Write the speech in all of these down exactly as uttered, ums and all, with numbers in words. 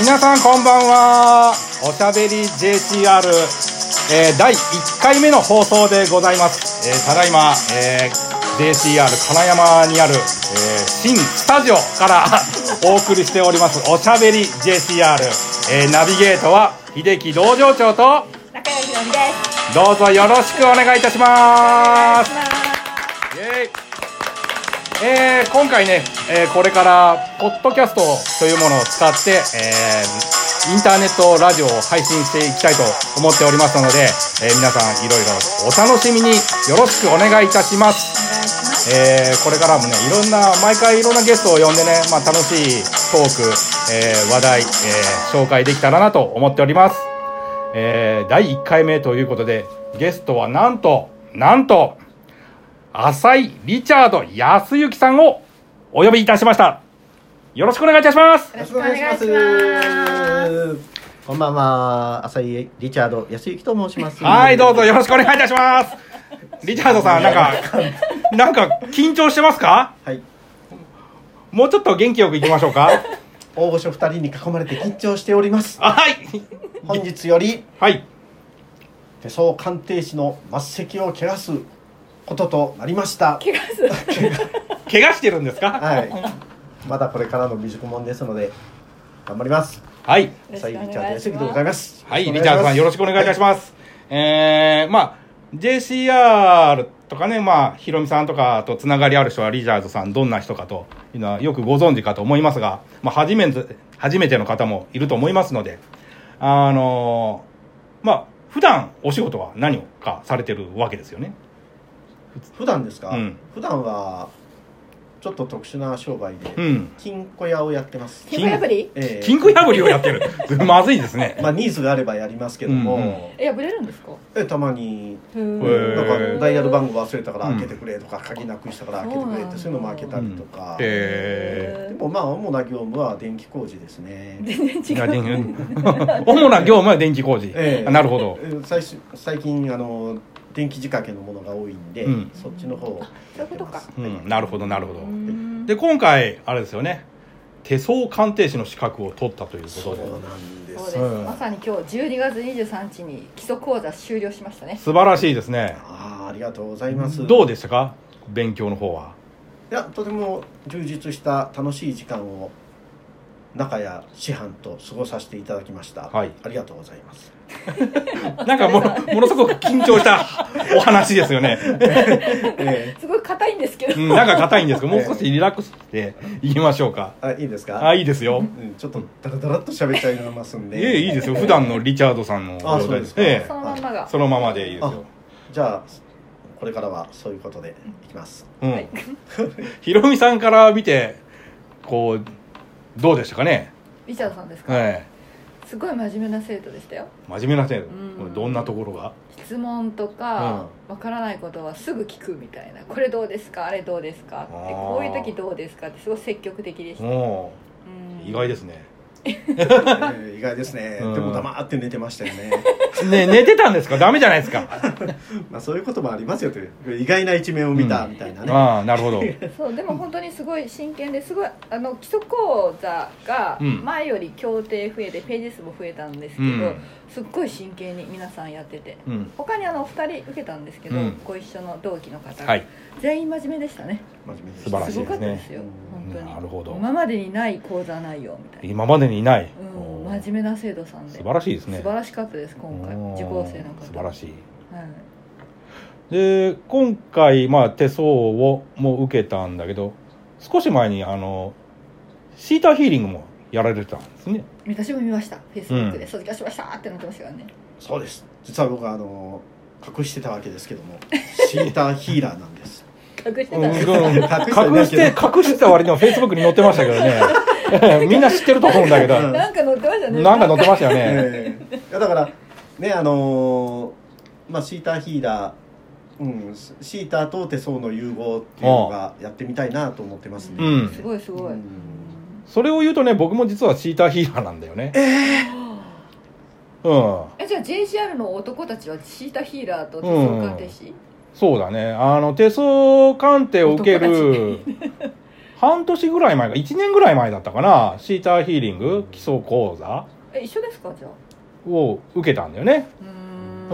皆さんこんばんは。おしゃべり ジェーシーアール、えー、だいいっかいめの放送でございます。えー、ただいま、えー、ジェーシーアール 金山にある、えー、新スタジオからお送りしておりますおしゃべり ジェーシーアール、えー、ナビゲートは秀樹道場長と中谷ひろみです。 どうぞよろしくお願いいたします。イエーイ。えー、今回ね、えー、これからポッドキャストというものを使って、えー、インターネットラジオを配信していきたいと思っておりますので、えー、皆さんいろいろお楽しみによろしくお願いいたします。 お願いします。 えー、これからもね、いろんな毎回いろんなゲストを呼んでね、まあ、楽しいトーク、えー、話題、えー、紹介できたらなと思っております。えー、だいいっかいめということで、ゲストはなんとなんと浅井リチャード康之さんをお呼びいたしました。よろしくお願いいたします。 よろしくお願いします。 こんばんは、浅井リチャード康之と申します。 はい、どうぞよろしくお願いいたします。リチャードさん、なんかなんか緊張してますか？ はい。 もうちょっと元気よくいきましょうか。 大御所ふたりに囲まれて緊張しております。 はい。 本日より、 はい。 手相鑑定士の末席を汚すこととなりました。 怪我する。 怪我してるんですか？ はい。まだこれからの未熟者ですので頑張ります。 はい。 浅井リチャード康之でございます。 はい、リチャードさんよろしくお願いいたします。はい、えー、まあ ジェーシーアール とかね、まあひろみさんとかとつながりある人はリチャードさんどんな人かというのはよくご存知かと思いますが、まあ初めて初めての方もいると思いますので、あのー、まあ普段お仕事は何かされてるわけですよね。 普段ですか？ うん、 普段はちょっと特殊な商売で、 うん、 金庫屋をやってます。 金庫破り？ えー、 金庫破りをやってる。まずいですね。 まあニーズがあればやりますけども、うんうん、 え、破れるんですか？ え、たまになんかダイヤル番号忘れたから開けてくれとか、うん、鍵なくしたから開けてくれってそういうのも開けたりとか、 うん、へでもまあ主な業務は電気工事ですね。 全然違う。 主な業務は電気工事、えー、なるほど。 最, 最近あの電気仕掛けのものが多いんで、うん、そっちの方をやってます。 うん、なるほどなるほど。で今回あれですよね、手相鑑定士の資格を取ったということで。 そうなんです。 そうです、うん、まさに今日じゅうにがつにじゅうさんにちに基礎講座終了しましたね。 素晴らしいですね。 ああ、ありがとうございます。 どうでしたか、勉強の方は？ いや、とても充実した楽しい時間を中谷師範と過ごさせていただきました。はい、ありがとうございます。 なんか も, ものすごく緊張したお話ですよね。 えー、すごい硬いんですけど、 うん、なんか硬いんですけど、もう少しリラックスしていきましょうか。 あ、いいですか？ あ、いいですよ。 うん、ちょっとダラダラっと喋っちゃいますんで。 いえ、いいですよ。普段のリチャードさんの状態ですか？ ええ、 そのままがそのままでいいですよ。 じゃあこれからはそういうことでいきます。 うん。ひろみさんから見てこうどうでしたかね？ リチャードさんですか？ ええ、 すごい真面目な生徒でしたよ。 真面目な生徒、うん、どんなところが？ 質問とかわ、うん、からないことはすぐ聞くみたいな。これどうですか、あれどうですかって、こういう時どうですかってすごい積極的でした。うん、 意外ですね。 えー、意外ですね、うん、でも黙って寝てましたよね。 ね、寝てたんですか？ダメじゃないですか。 まあそういうこともありますよという、意外な一面を見たみたいなね、 うん、ああ、なるほど。 そう、でも本当にすごい真剣ですごい、あの基礎講座が前より協定増えてページ数も増えたんですけど、うん、すっごい真剣に皆さんやってて、うん、他にあのふたり受けたんですけど、うん、ご一緒の同期の方が、はい、全員真面目でしたね。 真面目で素晴らしいですね。 すごかったですよ、本当に。 なるほど。 今までにない講座内容みたいな。 今までにない、 うん、真面目な生徒さんで素晴らしいですね。 素晴らしかったです今回、受講生の方。 素晴らしい、 はい、 で今回、まあ、手相をも受けたんだけど、少し前にあのシーターヒーリングもやられてたんですね。 私も見ました、フェイスブックで卒業しましたってなってましたからね。 そうです。実は僕はあの隠してたわけですけども、シーターヒーラーなんです。 隠してたんです、 うん、隠して隠してた割にはフェイスブックに載ってましたけどね。みんな知ってると思うんだけど、 なんか載ってましたね。 なんか載ってましたよね。 えー、いやだからね、あのー、まあシーターヒーラー、うん、シーターと手相の融合っていうのがやってみたいなと思ってますね。 うん、 すごいすごい、うん、 それを言うとね、僕も実はシーターヒーラーなんだよね。えー、うん。 え、じゃあ ジェーシーアール の男たちはシーターヒーラーと手相鑑定士、うん、 そうだね、あの手相鑑定を受ける半年ぐらい前かいちねんぐらい前だったかな、シーターヒーリング基礎講座え一緒ですかじゃあを受けたんだよね。うん、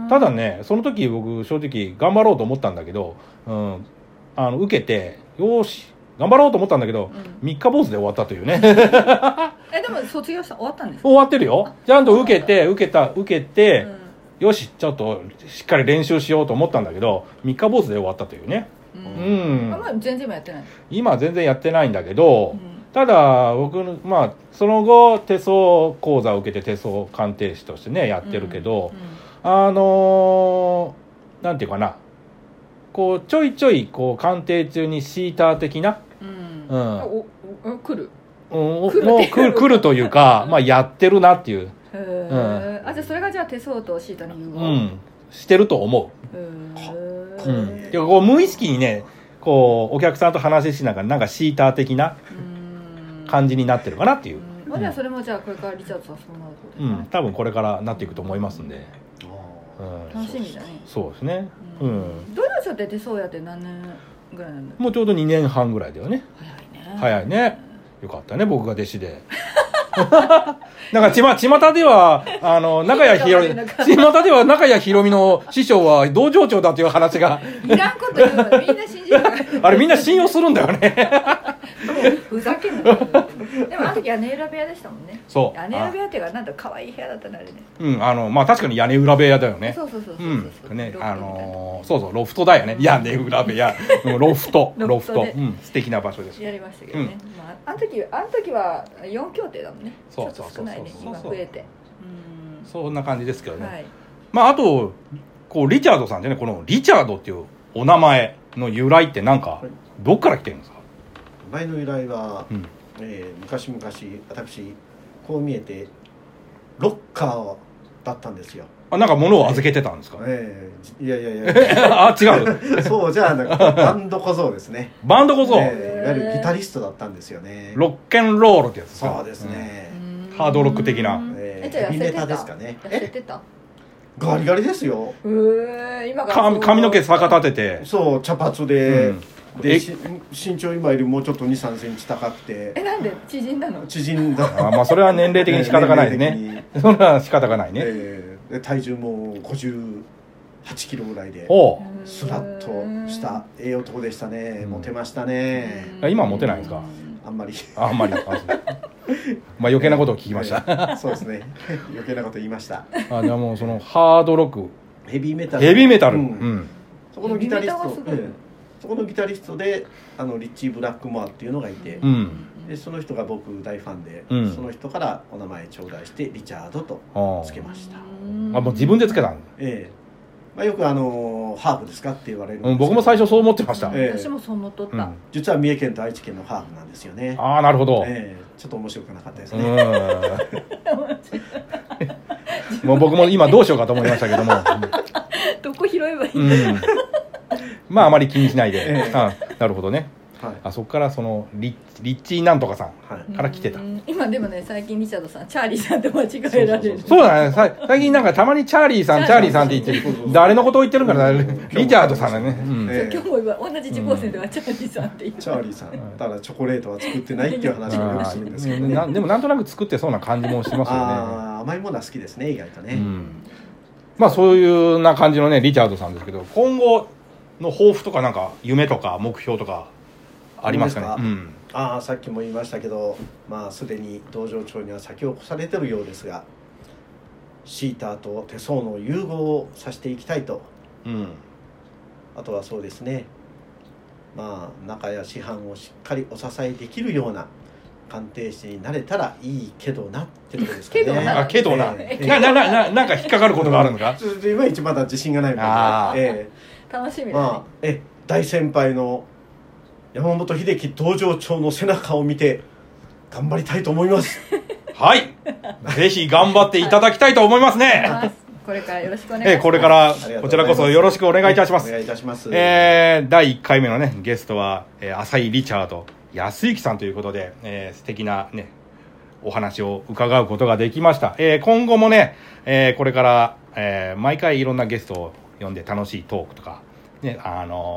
ただねその時僕正直頑張ろうと思ったんだけど、うん、あの受けてよし頑張ろうと思ったんだけど、うん、みっか坊主で終わったというねえでも卒業した終わったんですか？ 終わってるよ。ちゃんと受けて受けた受けて、うん、よしちょっとしっかり練習しようと思ったんだけどみっか坊主で終わったというね。うん、 うん、あ、まあ、全然今やってない。 今全然やってないんだけど、うん、ただ僕のまあその後手相講座を受けて手相鑑定士としてねやってるけど、うんうん、あのー、なんていうかな、こうちょいちょいこう鑑定中にシーター的な、 うんうん、おお来る、 うん、もう来る来るというかまあやってるなっていう。 へー、うん、あじゃあそれがじゃあ手相とシータの融合、 うん、してると思う。へー、うん、でこう無意識にねこうお客さんと話しながらなんかシーター的な感じになってるかなっていう。 うん、うん、じゃあそれもじゃあこれからリチャードさんそうなることですね。 うん、多分これからなっていくと思いますんで。 うん、楽しみだね。 そうですね。うん。 ドラジョって手相やって何年ぐらいなんだっけ？ もうちょうどにねんはんぐらいだよね。 早いね。 早いね。よかったね僕が弟子で。なんかちま巷ではあの中谷ひろみ巷では中谷ひろみの師匠は道場長だという話がいらんこと言うのみんな信じるあれみんな信用するんだよねふざけんなでもあの時屋根裏部屋でしたもんね。 そう屋根裏部屋っていうかなんだ可愛い部屋だったねあれね。 うんあのまあ確かに屋根裏部屋だよね。 そうそうそうそううんねあのー、そうそうロフトだよね、うん、屋根裏部屋ロフトロフト、うん、素敵な場所です。 やりましたけどね、うん、まあ、あの時あの時はよん協定だもんね。 そうそうそうそう、 ちょっと少ないね今増えて。 うんそんな感じですけどね、 はい、 まああとこうリチャードさんでねこのリチャードっていうお名前の由来ってなんかどっから来てるんですか？ 名前の由来は、うんえー、昔々私こう見えてロッカーだったんですよ。 あなんか物を預けてたんですか？ えー、いやいやいやあ違うそうじゃあなんかバンド小僧ですね。 バンド小僧、 えー、いわゆるギタリストだったんですよね。 ロッケンロールってやつですか？ そうですね、 うん、ハードロック的な、 えー、ヘビメタですかね。 痩せてた？ ガリガリですよ。 えー、今から髪の毛逆立ててそう茶髪で、うんで身長今よりもうちょっと にさんセンチ高くて。 えなんで縮んだの？ 縮んだあまあそれは年齢的に仕方がないですねそれは仕方がないね、 えー、で体重もごじゅうはちキロぐらいでスラッとしたええ男でしたね。モテましたね。 今はモテないんですか？ あんまりあんまりあまあ余計なことを聞きました、 えー、そうですね余計なこと言いました。 あじゃあもうそのハードロックヘビーメタルヘビーメタル、うんうん、そこのギタリストそこのギタリストであのリッチー・ブラックモアっていうのがいて、うん、でその人が僕大ファンで、うん、その人からお名前頂戴してリチャードとつけました。あもう自分でつけたん、 ええまあ、よくあのハーフですかって言われるんですけど、 うん、僕も最初そう思ってました、 ええ、私もそう思っとった、うん、 実は三重県と愛知県のハーフなんですよね。 ああなるほど、 ええ、ちょっと面白くなかったですね。 うんもう僕も今どうしようかと思いましたけどもどこ拾えばいい、 うんまああまり気にしないで、ええ、あなるほどね、はい、あそこからそのリッ、リッチーなんとかさんから来てた、はい、 今でもね最近リチャードさんチャーリーさんって間違えられる。 そうだね最近なんかたまにチャーリーさんチャーリーさんって言ってる誰のことを言ってるからリチャードさんだね、うんええ、今日も同じ受講生ではチャーリーさんって言って、 うん、チャーリーさんだからチョコレートは作ってないっていう話をよくするんですけど、ね、 でもなんとなく作ってそうな感じもしますよね。 あ甘いものは好きですね意外とね、うん、 まあそういうな感じのねリチャードさんですけど今後の抱負とかなんか夢とか目標とかありますかね？か、うん、 ああさっきも言いましたけどまあすでに道場長には先を越されてるようですがシーターと手相の融合をさせていきたいと、うん、あとはそうですねまあ中や師範をしっかりお支えできるような鑑定士になれたらいいけどなってところですかね。 けどな、 あけどな、えー、な, な, な, な, なんか引っかかることがあるのか？ ちょっといまいちまだ自信がないので、えー、楽しみだね、まあ、 え大先輩の山本秀樹道場長の背中を見て頑張りたいと思いますはいぜひ頑張っていただきたいと思いますねこれからよろしくお願いします、 えー、これからこちらこそよろしくお願いいたします。 お願いいたします。 えー、だいいっかいめのねゲストは、えー、浅井リチャード康之さんということで、えー、素敵なねお話を伺うことができました、えー、今後もね、えー、これから、えー、毎回いろんなゲストを呼んで楽しいトークとか、ね、あの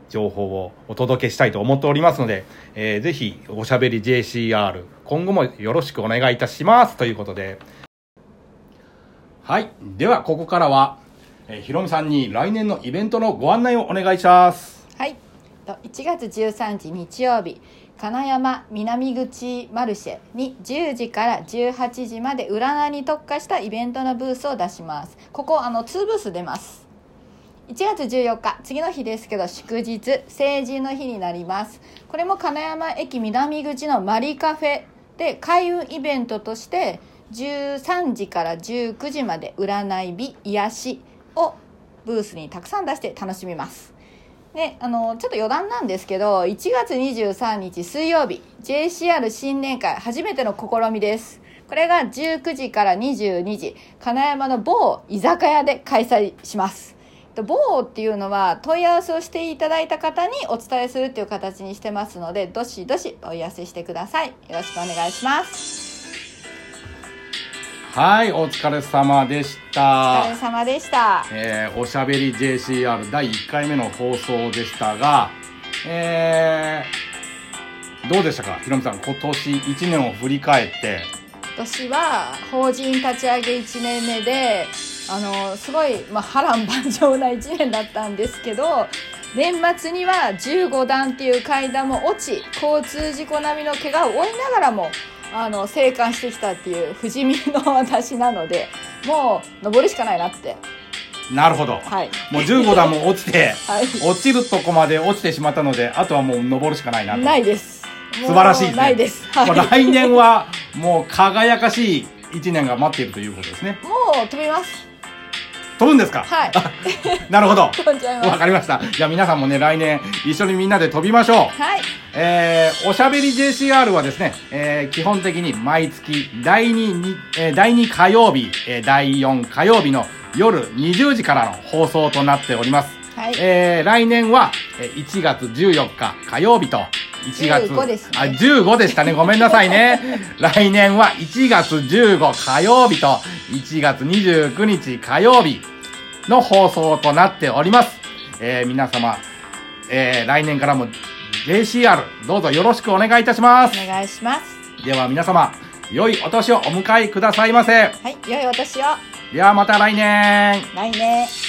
情報をお届けしたいと思っておりますので、えー、ぜひおしゃべり ジェーシーアール 今後もよろしくお願いいたしますということで、はい、ではここからは、えー、ひろみさんに来年のイベントのご案内をお願いします。 はい、いちがつじゅうさんにち日曜日、金山南口マルシェにじゅうじからじゅうはちじまで占いに特化したイベントのブースを出します。ここあのにブース出ます。いちがつじゅうよっか、次の日ですけど祝日、成人の日になります。これも金山駅南口のマリカフェで開運イベントとしてじゅうさんじからじゅうくじまで占い日癒しをブースにたくさん出して楽しみます。で、あのちょっと余談なんですけど、いちがつにじゅうさんにち水曜日 ジェーシーアール 新年会初めての試みです。これがじゅうくじからにじゅうにじ、金山の某居酒屋で開催します。某っていうのは問い合わせをしていただいた方にお伝えするっていう形にしてますので、どしどし問い合わせしてください。よろしくお願いします。 はい、お疲れ様でした。 お疲れ様でした。 えー、おしゃべり ジェーシーアール だいいっかいめの放送でしたが、えー、どうでしたか、ひろみさん、今年いちねんを振り返って。 今年は法人立ち上げいちねんめで、あのすごい、まあ、波乱万丈ないちねんだったんですけど、年末にはじゅうごだんっていう階段も落ち、交通事故並みの怪我を負いながらもあの生還してきたっていう不死身の私なので、もう登るしかないなって。 なるほど、 はい、 もうじゅうごだんも落ちて、 はい、 落ちるとこまで落ちてしまったので、あとはもう登るしかないなと。 ないです。 素晴らしいですね。 ないです、 はい、来年はもう輝かしいいちねんが待っているということですね。 もう飛びます。 飛ぶんですか？ はい。 なるほど。 飛んじゃいます。 わかりました。じゃあ皆さんもね、来年一緒にみんなで飛びましょう。 はい。 えー、おしゃべり ジェーシーアール はですね、えー、基本的に毎月だいに、えー、だいに火曜日、えー、だいよん火曜日の夜にじゅうじからの放送となっております。 はい。 えー、来年は、えー、いちがつじゅうよっか火曜日と、いちがつ、 じゅうごですね。 あ、じゅうごでしたね。ごめんなさいね。来年はいちがつじゅうご火曜日といちがつにじゅうくにち火曜日の放送となっております。えー、皆様、えー、来年からも ジェーシーアール どうぞよろしくお願いいたします。 お願いします。 では皆様、良いお年をお迎えくださいませ。 はい、良いお年を。 ではまた来年。 来年。